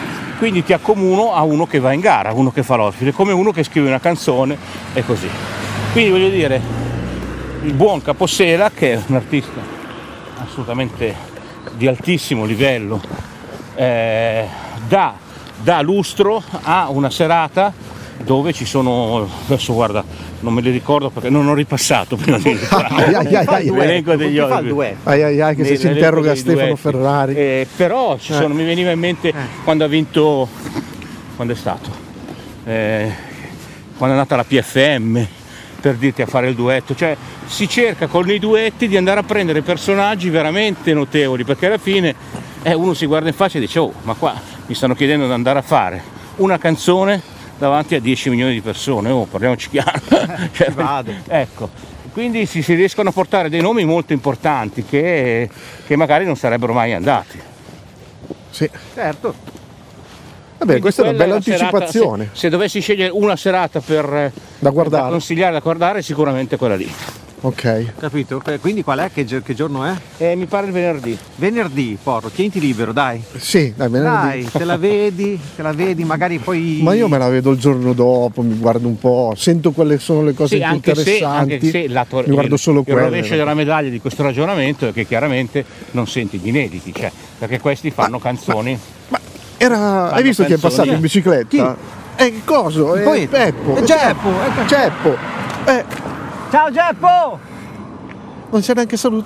quindi ti accomuno a uno che va in gara, uno che fa l'ospite, come uno che scrive una canzone e così. Quindi voglio dire, il buon Capossela, che è un artista assolutamente di altissimo livello, eh, dà, dà lustro a una serata dove ci sono, adesso guarda, non me li ricordo perché non ho ripassato prima di l'elenco degli ospiti. Ai ai ai che se si interroga Stefano duetti. Ferrari. Eh, però ci sono, eh. mi veniva in mente eh. quando ha vinto, quando è stato? Eh, quando è andata la P F M, per dirti, a fare il duetto, cioè si cerca con i duetti di andare a prendere personaggi veramente notevoli, perché alla fine eh, uno si guarda in faccia e dice oh, ma qua mi stanno chiedendo di andare a fare una canzone davanti a dieci milioni di persone, oh, parliamoci chiaro. Cioè, vado. Ecco, quindi si, si riescono a portare dei nomi molto importanti che, che magari non sarebbero mai andati. Sì, certo. Vabbè, questa è una bella è anticipazione. Serata, se, se dovessi scegliere una serata per da guardare, da consigliare da guardare, sicuramente quella lì. Ok. Capito? Quindi qual è? Che, che giorno è? Eh, mi pare il venerdì. Venerdì, porro, tieniti libero, dai. Sì, dai, venerdì. Dai, te la vedi, te la vedi, magari poi. Ma io me la vedo il giorno dopo, mi guardo un po', sento quelle sono le cose sì, più anche interessanti. Se, anche se lato, mi guardo solo il, quelle. Il rovescio della medaglia di questo ragionamento è che chiaramente non senti gli inediti, cioè, perché questi fanno ma, canzoni. Ma, ma era. Hai visto chi è passato in bicicletta? Chi? È il coso, è poi, Peppo. È Geppo, è Geppo. Eh. Ciao Geppo! Non c'è neanche saluto.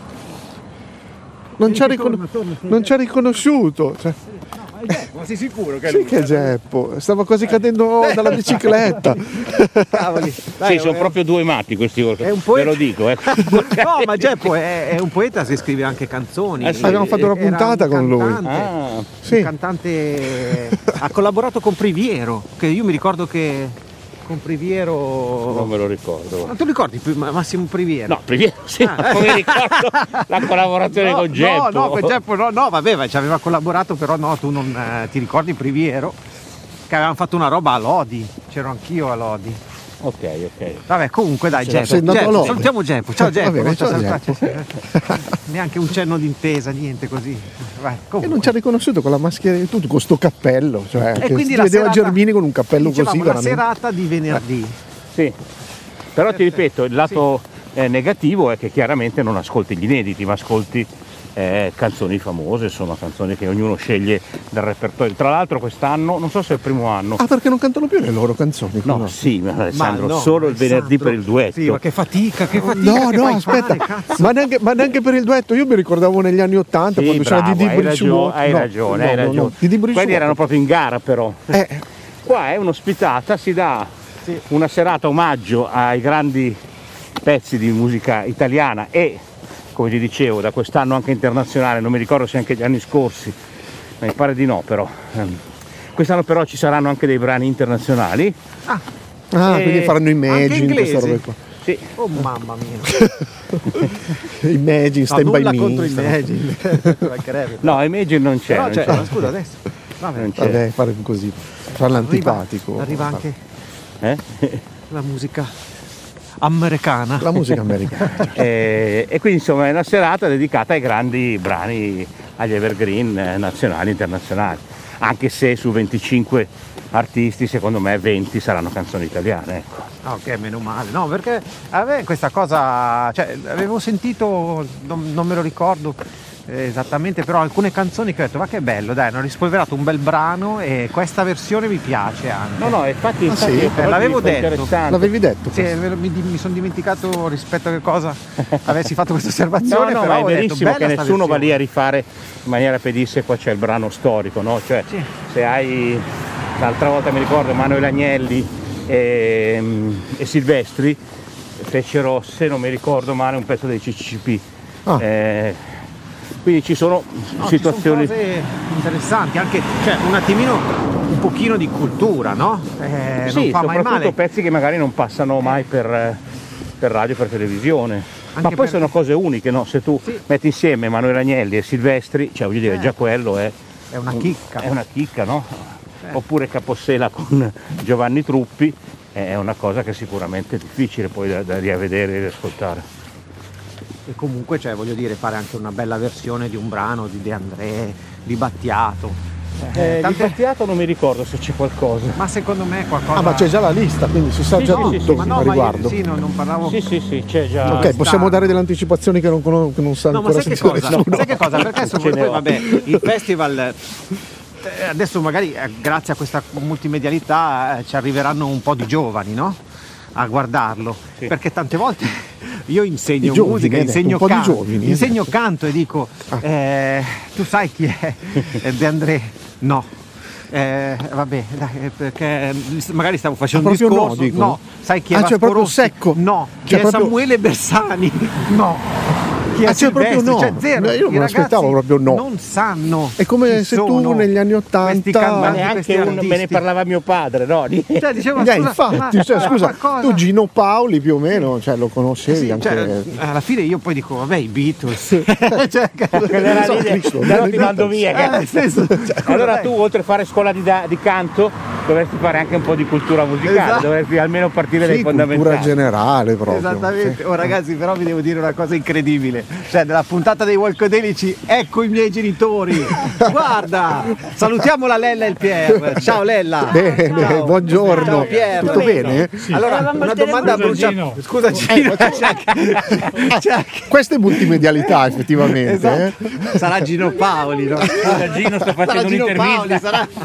Non ci ha ricon... riconosciuto. Cioè. No, è Geppo, ma sei sicuro che è sì lui? Che è Geppo, stava quasi eh. cadendo dalla bicicletta. Cavoli. Dai, sì, sono è... proprio due matti questi, è un poeta. Ve lo dico. Eh. No, ma Geppo è, è un poeta, si scrive anche canzoni. Eh sì. Abbiamo fatto una puntata un con cantante, lui. Ah. Sì. Un cantante ha collaborato con Priviero, che io mi ricordo che con Priviero non me lo ricordo. Ma tu ricordi Massimo Priviero? No, Priviero sì, ah. ma come ricordo la collaborazione no, con Geppo. No, no, con Geppo no, no, vabbè, ci aveva collaborato, però no, tu non eh, ti ricordi Priviero? Che avevamo fatto una roba a Lodi, c'ero anch'io a Lodi. Ok, ok. Vabbè, comunque dai, Geppo, Geppo, Geppo salutiamo Geppo. Ciao Geppo, bene, ciao Geppo. Neanche un cenno d'intesa, niente così. Vai, e non ci ha riconosciuto con la maschera e tutto, con sto cappello, cioè e che quindi si la vedeva serata, Germini con un cappello così. La veramente. serata di venerdì. Sì. Però ti ripeto, il lato sì. eh, negativo è che chiaramente non ascolti gli inediti, ma ascolti eh, canzoni famose, sono canzoni che ognuno sceglie dal repertorio. Tra l'altro quest'anno, non so se è il primo anno. Ah, perché non cantano più le loro canzoni? No, no? sì, ma Alessandro, ma no, solo il Alessandro. venerdì per il duetto. Sì, ma che fatica, che fatica. No, che no, fai aspetta, fare, ma, neanche, ma neanche per il duetto. Io mi ricordavo negli anni Ottanta, sì, quando bravo, c'era Didi hai Brisciuolo. ragione, hai no, ragione, no, hai no, ragione. No, Didi quelli erano proprio in gara però. Eh. Qua è un'ospitata, si dà sì. una serata omaggio ai grandi pezzi di musica italiana e, come ti dicevo, da quest'anno anche internazionale, non mi ricordo se anche gli anni scorsi, mi pare di no però. Quest'anno però ci saranno anche dei brani internazionali. Ah, ah quindi faranno Imagine, questa roba qua. Sì. Oh mamma mia. Imagine, Stand no, By nulla Me. contro Imagine. No, Imagine non c'è. Però non c'è, c'è. Ma scusa adesso. Vabbè, non c'è. Vabbè, fare così, fa l'antipatico. Arriva, arriva anche eh? la musica americana. La musica americana. e, e quindi insomma è una serata dedicata ai grandi brani, agli evergreen eh, nazionali e internazionali. Anche se su venticinque artisti, secondo me venti saranno canzoni italiane, ecco. Ah, ok, meno male. No, perché a me questa cosa, cioè, avevo sentito, non, non me lo ricordo eh, esattamente, però alcune canzoni che ho detto, ma che bello, dai, hanno rispolverato un bel brano e questa versione mi piace anche. No, no, infatti, ah, infatti sì? eh, l'avevo detto. L'avevi detto? Sì, mi, mi sono dimenticato rispetto a che cosa avessi fatto questa osservazione. No, no, però ma è verissimo detto, che nessuno va lì a rifare in maniera pedisse, qua c'è il brano storico, no? Cioè, sì. se hai, l'altra volta mi ricordo, Emanuele Agnelli e, e Silvestri fecero, se non mi ricordo male, un pezzo dei C C C P. Ah. Eh, quindi ci sono no, situazioni ci sono cose interessanti, anche cioè, un attimino un pochino di cultura, no? Eh, sì, non fa mai soprattutto male. pezzi che magari non passano mai per, per radio, per televisione. Anche ma poi per... sono cose uniche, no? Se tu sì. metti insieme Emanuele Agnelli e Silvestri, cioè voglio dire, eh. già quello è, è una chicca. È una chicca, no? Eh. Oppure Capossela con Giovanni Truppi è una cosa che sicuramente è difficile poi da, da rivedere e riascoltare. E comunque, cioè, voglio dire, fare anche una bella versione di un brano di De André, di Battiato, Eh, di tante- Battiato non mi ricordo se c'è qualcosa. Ma secondo me qualcosa. Ah, ma c'è già la lista, quindi si sa Sì, già sì, tutto sì, sì, Ma a no, ma io, riguardo. sì, no, non parlavo. Sì, sì, sì, c'è già. Ok, possiamo sta- dare delle anticipazioni che non, conos- che non sa No, ma ancora sai che sentire cosa? nessuno. Sai che cosa? Perché adesso Ce ne poi, ho. vabbè, il festival eh, adesso magari eh, grazie a questa multimedialità eh, ci arriveranno un po' di giovani, no? A guardarlo. Sì. Perché tante volte io insegno I giovani, musica, hai detto, insegno un po' di canto, giovani, hai insegno detto. canto e dico eh, tu sai chi è Eh, De André? No. Eh, vabbè, dai, eh, perché magari stavo facendo Ah, un proprio no, discorso. dicono? Sai chi è Ah, Vasco cioè proprio Rossi? secco? No. Chi Cioè è proprio- Samuele Bersani? No. Chi è Ah, cioè proprio Silvestri? no. Cioè, zero. Beh, io non I me l'aspettavo ragazzi proprio no. Non sanno. È come chi se tu sono negli anni ottanta- questi Ma cantanti, Ma questi neanche un, me ne artisti. parlava mio padre, no? Di- Cioè, dicevo, Eh, scusa, infatti, ma- cioè, ma scusa, qualcosa- tu Gino Paoli più o meno, cioè, lo conoscevi Sì, anche. cioè, alla fine io poi dico vabbè i Beatles cioè, Quella so, lì, Cristo, però bene, ti mando via. eh, che- nel senso, cioè, Allora dai. tu, oltre a fare scuola di, da- di canto, dovresti fare anche un po' di cultura musicale, Esatto. dovresti almeno partire Sì, dai cultura fondamentali. generale proprio. Esattamente. Oh ragazzi, però vi devo dire una cosa incredibile. Cioè, nella puntata dei Walkadelici, ecco i miei genitori. Guarda, salutiamo la Lella e il Pier. Ciao Lella. Bene, Ciao. buongiorno. Ciao Pier. Tutto bene? Allora, Eravamo una al domanda a telefono. brucia. Scusa Gino, c'è anche- c'è anche- Questa è multimedialità effettivamente. Esatto. eh. Sarà Gino Paoli, no? Scusa, Gino, sto Sarà facendo Gino un'intervista. Paoli,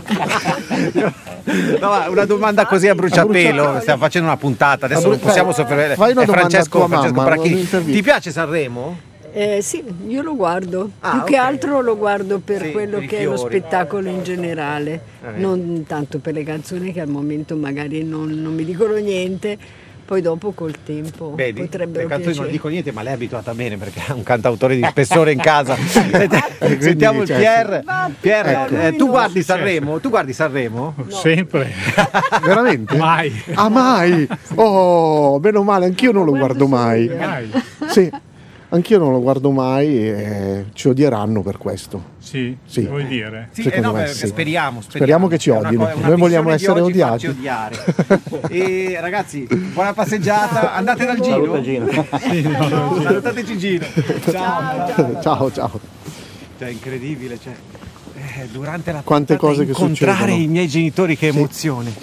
sarà... No, ma una domanda così a bruciapelo, stiamo facendo una puntata, adesso non possiamo soffermare. Fai una È domanda a Francesco, tua Francesco mamma, Bracchi. un'intervista. Ti piace Sanremo? Eh, sì, io lo guardo, Ah, più ok. che altro lo guardo per Sì, quello per i che è lo fiori. spettacolo in generale, Eh. non tanto per le canzoni che al momento magari non, non mi dicono niente, poi dopo col tempo Vedi, le potrebbero canzoni piacere. non dico niente, ma lei è abituata bene perché ha un cantautore di spessore in casa. Senti- quindi, Sentiamo il cioè, Pier. Infatti, Pier, no, eh, lui tu no. guardi Sanremo? Tu guardi Sanremo? Sempre. Veramente? Mai. Ah, mai? Oh, meno male, anch'io non lo guardo mai. Mai. Sì, anch'io non lo guardo mai e ci odieranno per questo. Sì, Sì. vuoi dire? Sì, Secondo eh no, me beh, sì. speriamo, speriamo. Speriamo che ci È una odino. co- è una Noi vogliamo missione essere di oggi, odiati. farci odiare. E ragazzi, buona passeggiata, andate dal Gino. Saluta, Gino. Sì, no, no, sì. Salutateci Gino. Ciao. Ciao, ciao. Cioè, incredibile, cioè, eh, durante la Quante puntata cose che incontrare succedono. i miei genitori, che emozione.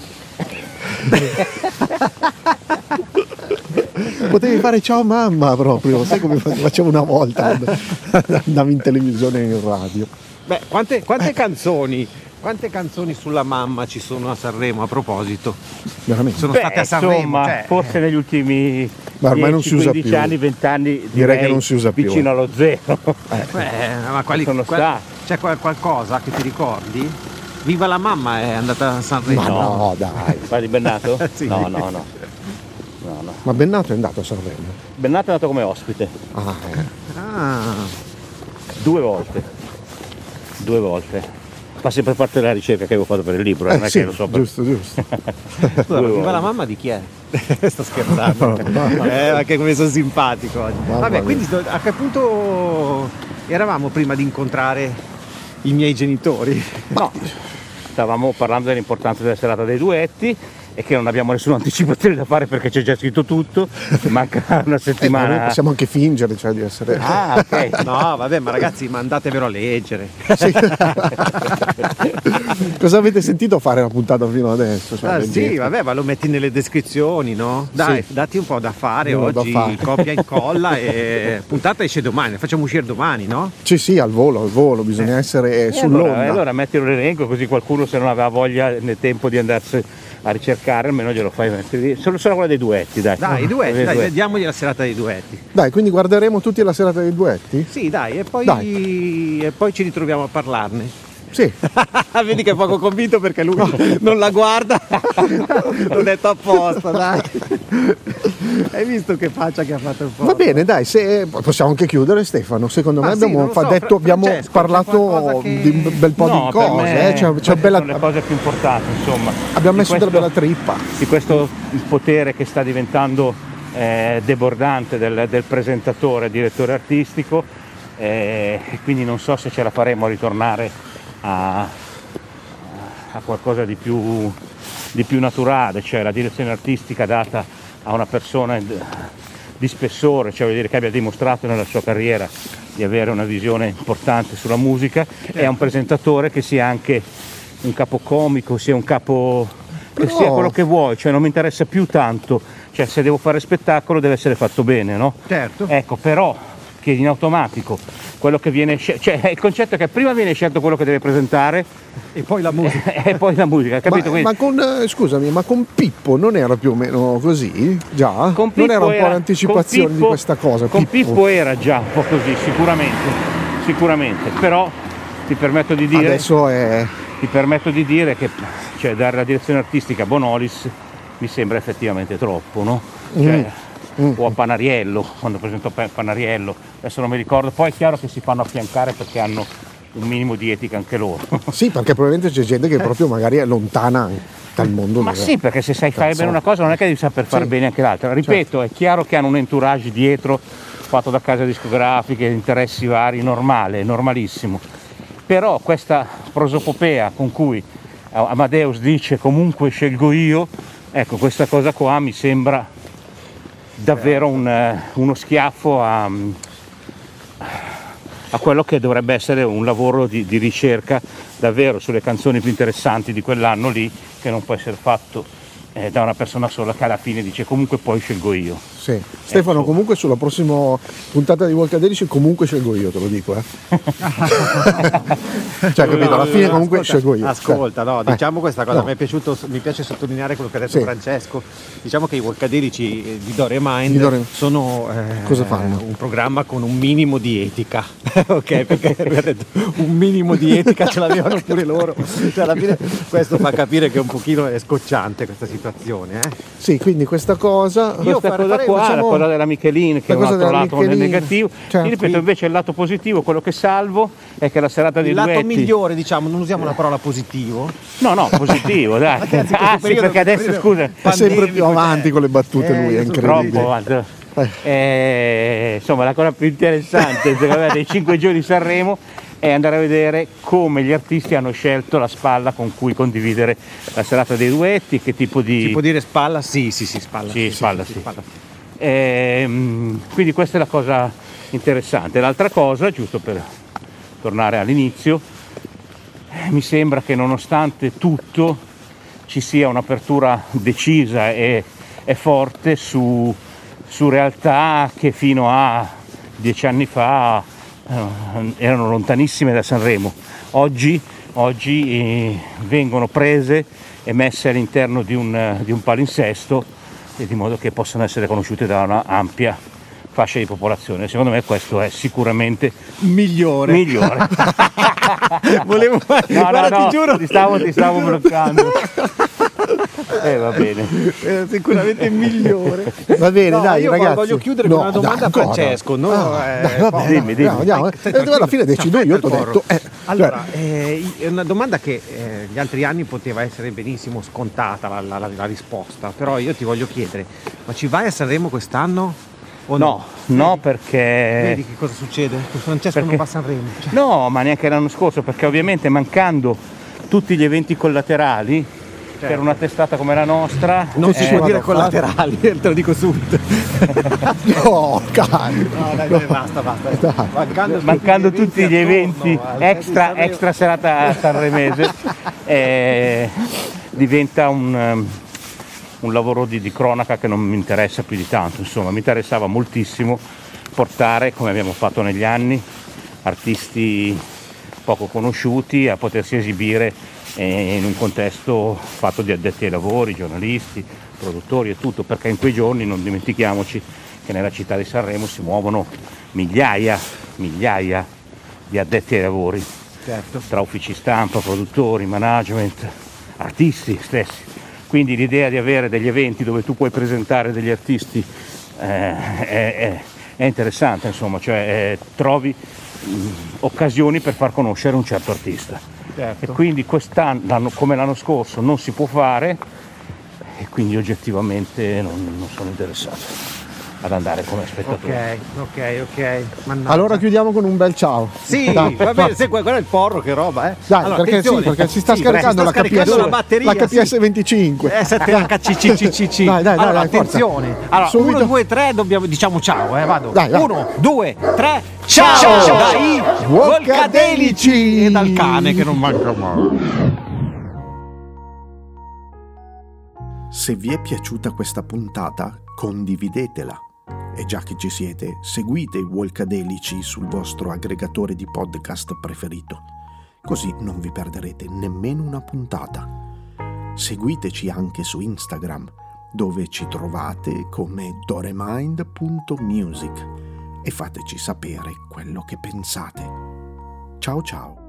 Potevi fare ciao mamma proprio, sai come facevo una volta quando andavi in televisione e in radio. Beh, quante, quante canzoni, quante canzoni sulla mamma ci sono a Sanremo a proposito? Veramente. Sono Beh, state a Sanremo, insomma, cioè, forse negli ultimi Ma ormai non si usa quindici più. anni, venti anni, Direi che non si usa più. vicino allo zero. eh, ma quali, sono qual- stati. c'è qual- qualcosa che ti ricordi? Viva la mamma è andata a Sanremo. Ma no, dai. Parli di Bennato? Sì. No, no, no. No, no. Ma Bennato è andato a Sanremo? Bennato è andato come ospite, Ah, eh. Ah, due volte. Due volte. Fa sempre parte della ricerca che avevo fatto per il libro, non Eh, è sì, che lo so per... giusto, giusto. scusa, Due viva volte. la mamma di chi è? Sto scherzando. eh, ma che come sono simpatico oggi. Mamma Vabbè, mia. quindi do- a che punto eravamo prima di incontrare i miei genitori? No, stavamo parlando dell'importanza della serata dei duetti e che non abbiamo nessuna anticipazione da fare perché c'è già scritto tutto, manca una Eh, ma noi settimana. possiamo anche fingere, cioè, di essere. Ah, ok. No, vabbè, ma ragazzi, mandatevelo a leggere. Sì. Cosa avete sentito fare la puntata fino adesso? Cioè, Ah, nel sì, dietro? vabbè, ma lo metti nelle descrizioni, no? Dai, Sì. datti un po' da fare Uno da oggi, fare. copia e incolla e puntata esce domani, la facciamo uscire domani, no? Sì, sì, al volo, al volo, bisogna essere E sull'onda. allora, allora mettilo l'elenco così qualcuno se non aveva voglia nel tempo di andarsi a ricercare almeno glielo fai mettere lì. Solo, solo quella dei duetti, dai. Dai, i duetti, Dei dai, duetti. diamogli la serata dei duetti. Dai, quindi guarderemo tutti la serata dei duetti? Sì, dai, e poi, Dai. e poi ci ritroviamo a parlarne. Sì. Vedi che è poco convinto perché lui non la guarda. L'ho detto apposta, dai. Hai visto che faccia che ha fatto il po'? Va bene, dai, se possiamo anche chiudere Stefano. Secondo Ma me sì, abbiamo, non lo so, fa- detto, Fra- abbiamo Francesco, c'è parlato qualcosa che- di un bel po' No, di per cose, me eh, c'è, c'è queste bella, sono le cose più importanti, insomma. abbiamo Di messo della questo- bella trippa. Di questo il potere che sta diventando eh, debordante del, del presentatore, direttore artistico, eh, e quindi non so se ce la faremo a ritornare a, a qualcosa di più, di più naturale, cioè la direzione artistica data a una persona di spessore, cioè vuol dire che abbia dimostrato nella sua carriera di avere una visione importante sulla musica, è un presentatore che sia anche un capo comico, sia un capo che Però... sia quello che vuoi, cioè non mi interessa più tanto, cioè se devo fare spettacolo deve essere fatto bene, no? Certo. Ecco, però che in automatico quello che viene scelto, cioè il concetto è che prima viene scelto quello che deve presentare E poi la musica. e poi la musica, capito? Ma, ma con, eh, scusami, ma con Pippo non era più o meno così? Già? Con non era un Pippo po' l'anticipazione con di Pippo- questa cosa? Con Pippo era già un po' così, sicuramente, sicuramente, però ti permetto di dire, Adesso è... ti permetto di dire che cioè, dare la direzione artistica a Bonolis mi sembra effettivamente troppo, no? Cioè, Mm. o a Panariello, quando presento Pa- Panariello, adesso non mi ricordo, poi è chiaro che si fanno affiancare perché hanno un minimo di etica anche loro. Sì, perché probabilmente c'è gente che proprio magari è lontana dal mondo. Ma dove- sì, perché se sai fare bene una cosa non è che devi saper fare Sì. bene anche l'altra. Ripeto, è chiaro che hanno un entourage dietro fatto da case discografiche, interessi vari, normale, normalissimo. Però questa prosopopea con cui Amadeus dice comunque scelgo io, ecco, questa cosa qua mi sembra davvero un, eh, uno schiaffo a, a quello che dovrebbe essere un lavoro di, di ricerca davvero sulle canzoni più interessanti di quell'anno lì, che non può essere fatto eh, da una persona sola che alla fine dice comunque poi scelgo io. Sì. Stefano, Ecco. comunque sulla prossima puntata di Volcadelici comunque scelgo io, te lo dico, eh. Cioè, capito, alla fine comunque Ascolta, scelgo io. Ascolta, no, Eh. diciamo questa cosa, No. mi è piaciuto, mi piace sottolineare quello che ha detto Sì. Francesco. Diciamo che i Volcadelici eh, di Dore Mind Di Dore- sono eh, Cosa fanno? un programma con un minimo di etica. Ok, perché mi ha detto un minimo di etica ce l'avevano pure loro. Cioè, alla fine questo fa capire che un pochino è scocciante questa situazione, eh. Sì, quindi questa cosa... Io Questa fare- cosa farei- qua, la facciamo- cosa della Michelin, che la è un cosa altro della lato nel Michelin, negativo. cioè, Io ripeto qui- invece il lato positivo, quello che salvo è che la serata dei Il lato duetti. migliore, diciamo, non usiamo la parola positivo. No, no, positivo, dai. Ragazzi, questo Ah sì, periodo- perché adesso periodo- scusa. È sempre più pandemico, avanti cioè. con le battute Eh, lui, è io sono incredibile. Troppo avanti. Eh, insomma, la cosa più interessante secondo me, dei cinque giorni di Sanremo è andare a vedere come gli artisti hanno scelto la spalla con cui condividere la serata dei duetti, che tipo di... Si può dire spalla? Sì, sì, sì, spalla. Sì, spalla, sì. Ehm, quindi questa è la cosa interessante. L'altra cosa, giusto per tornare all'inizio, eh, mi sembra che nonostante tutto ci sia un'apertura decisa e, e forte su, su realtà che fino a dieci anni fa eh, erano lontanissime da Sanremo. Oggi, oggi eh, vengono prese e messe all'interno di un, di un palinsesto, e di modo che possano essere conosciute da una ampia fascia di popolazione. Secondo me questo è sicuramente Migliore. migliore. Volevo No, no, guarda, no, ti giuro. ti stavo, ti stavo bloccando. Eh, va bene. È sicuramente migliore. Va bene, No, dai, io ragazzi. voglio chiudere No, con una domanda dai, a ancora. Francesco. No? Ah, Eh, dai, vabbè, poi- dai, dimmi, dimmi. andiamo, andiamo. Stai Eh, tranquillo. alla fine decido io, ti ho Porro. detto. eh, Allora, eh, è una domanda che eh, gli altri anni poteva essere benissimo scontata la, la- la- la risposta, però io ti voglio chiedere, ma ci vai a Sanremo quest'anno o no? No, no, perché... Vedi che cosa succede? Francesco Perché- non va a Sanremo. Cioè, No, ma neanche l'anno scorso, perché ovviamente mancando tutti gli eventi collaterali, per una testata come la nostra... non si eh, può dire vado a collaterali, te lo dico subito. No, cari. No, dai, dai, basta, basta. Dai. Mancando, mancando tutti gli eventi attorno al- extra, Sanremo. extra serata sanremese, eh, diventa un, um, un lavoro di, di cronaca che non mi interessa più di tanto. Insomma, mi interessava moltissimo portare, come abbiamo fatto negli anni, artisti poco conosciuti a potersi esibire eh, in un contesto fatto di addetti ai lavori, giornalisti, produttori e tutto, perché in quei giorni non dimentichiamoci che nella città di Sanremo si muovono migliaia, migliaia di addetti ai lavori, Certo. tra uffici stampa, produttori, management, artisti stessi. Quindi l'idea di avere degli eventi dove tu puoi presentare degli artisti eh, è, è- è interessante, insomma, cioè eh, trovi mh, occasioni per far conoscere un certo artista. Certo. E quindi quest'anno, l'anno- come l'anno scorso, non si può fare e quindi oggettivamente non, non sono interessato. ad andare come spettatore. Ok, ok, ok. Mannaggia. Allora chiudiamo con un bel ciao. Sì, Dai, va bene, forza. se guarda il porro, che roba, eh. Dai, Allora, perché sì, attenzione. perché si sta Sì, scaricando si la sta scaricando K P S, la batteria, la K P S sì. venticinque. S T H C C C C C. Dai, dai, allora, dai, forza. attenzione. Allora, Subito. uno, due, tre, dobbiamo, diciamo ciao, eh, vado. Dai, vai. Uno, due, tre, ciao! Ciao! Dai, Wolcadelici! E dal cane che non manca mai. Se vi è piaciuta questa puntata, condividetela. E già che ci siete, seguite i Wolcadelici sul vostro aggregatore di podcast preferito. Così non vi perderete nemmeno una puntata. Seguiteci anche su Instagram, dove ci trovate come doremind punto music e fateci sapere quello che pensate. Ciao ciao!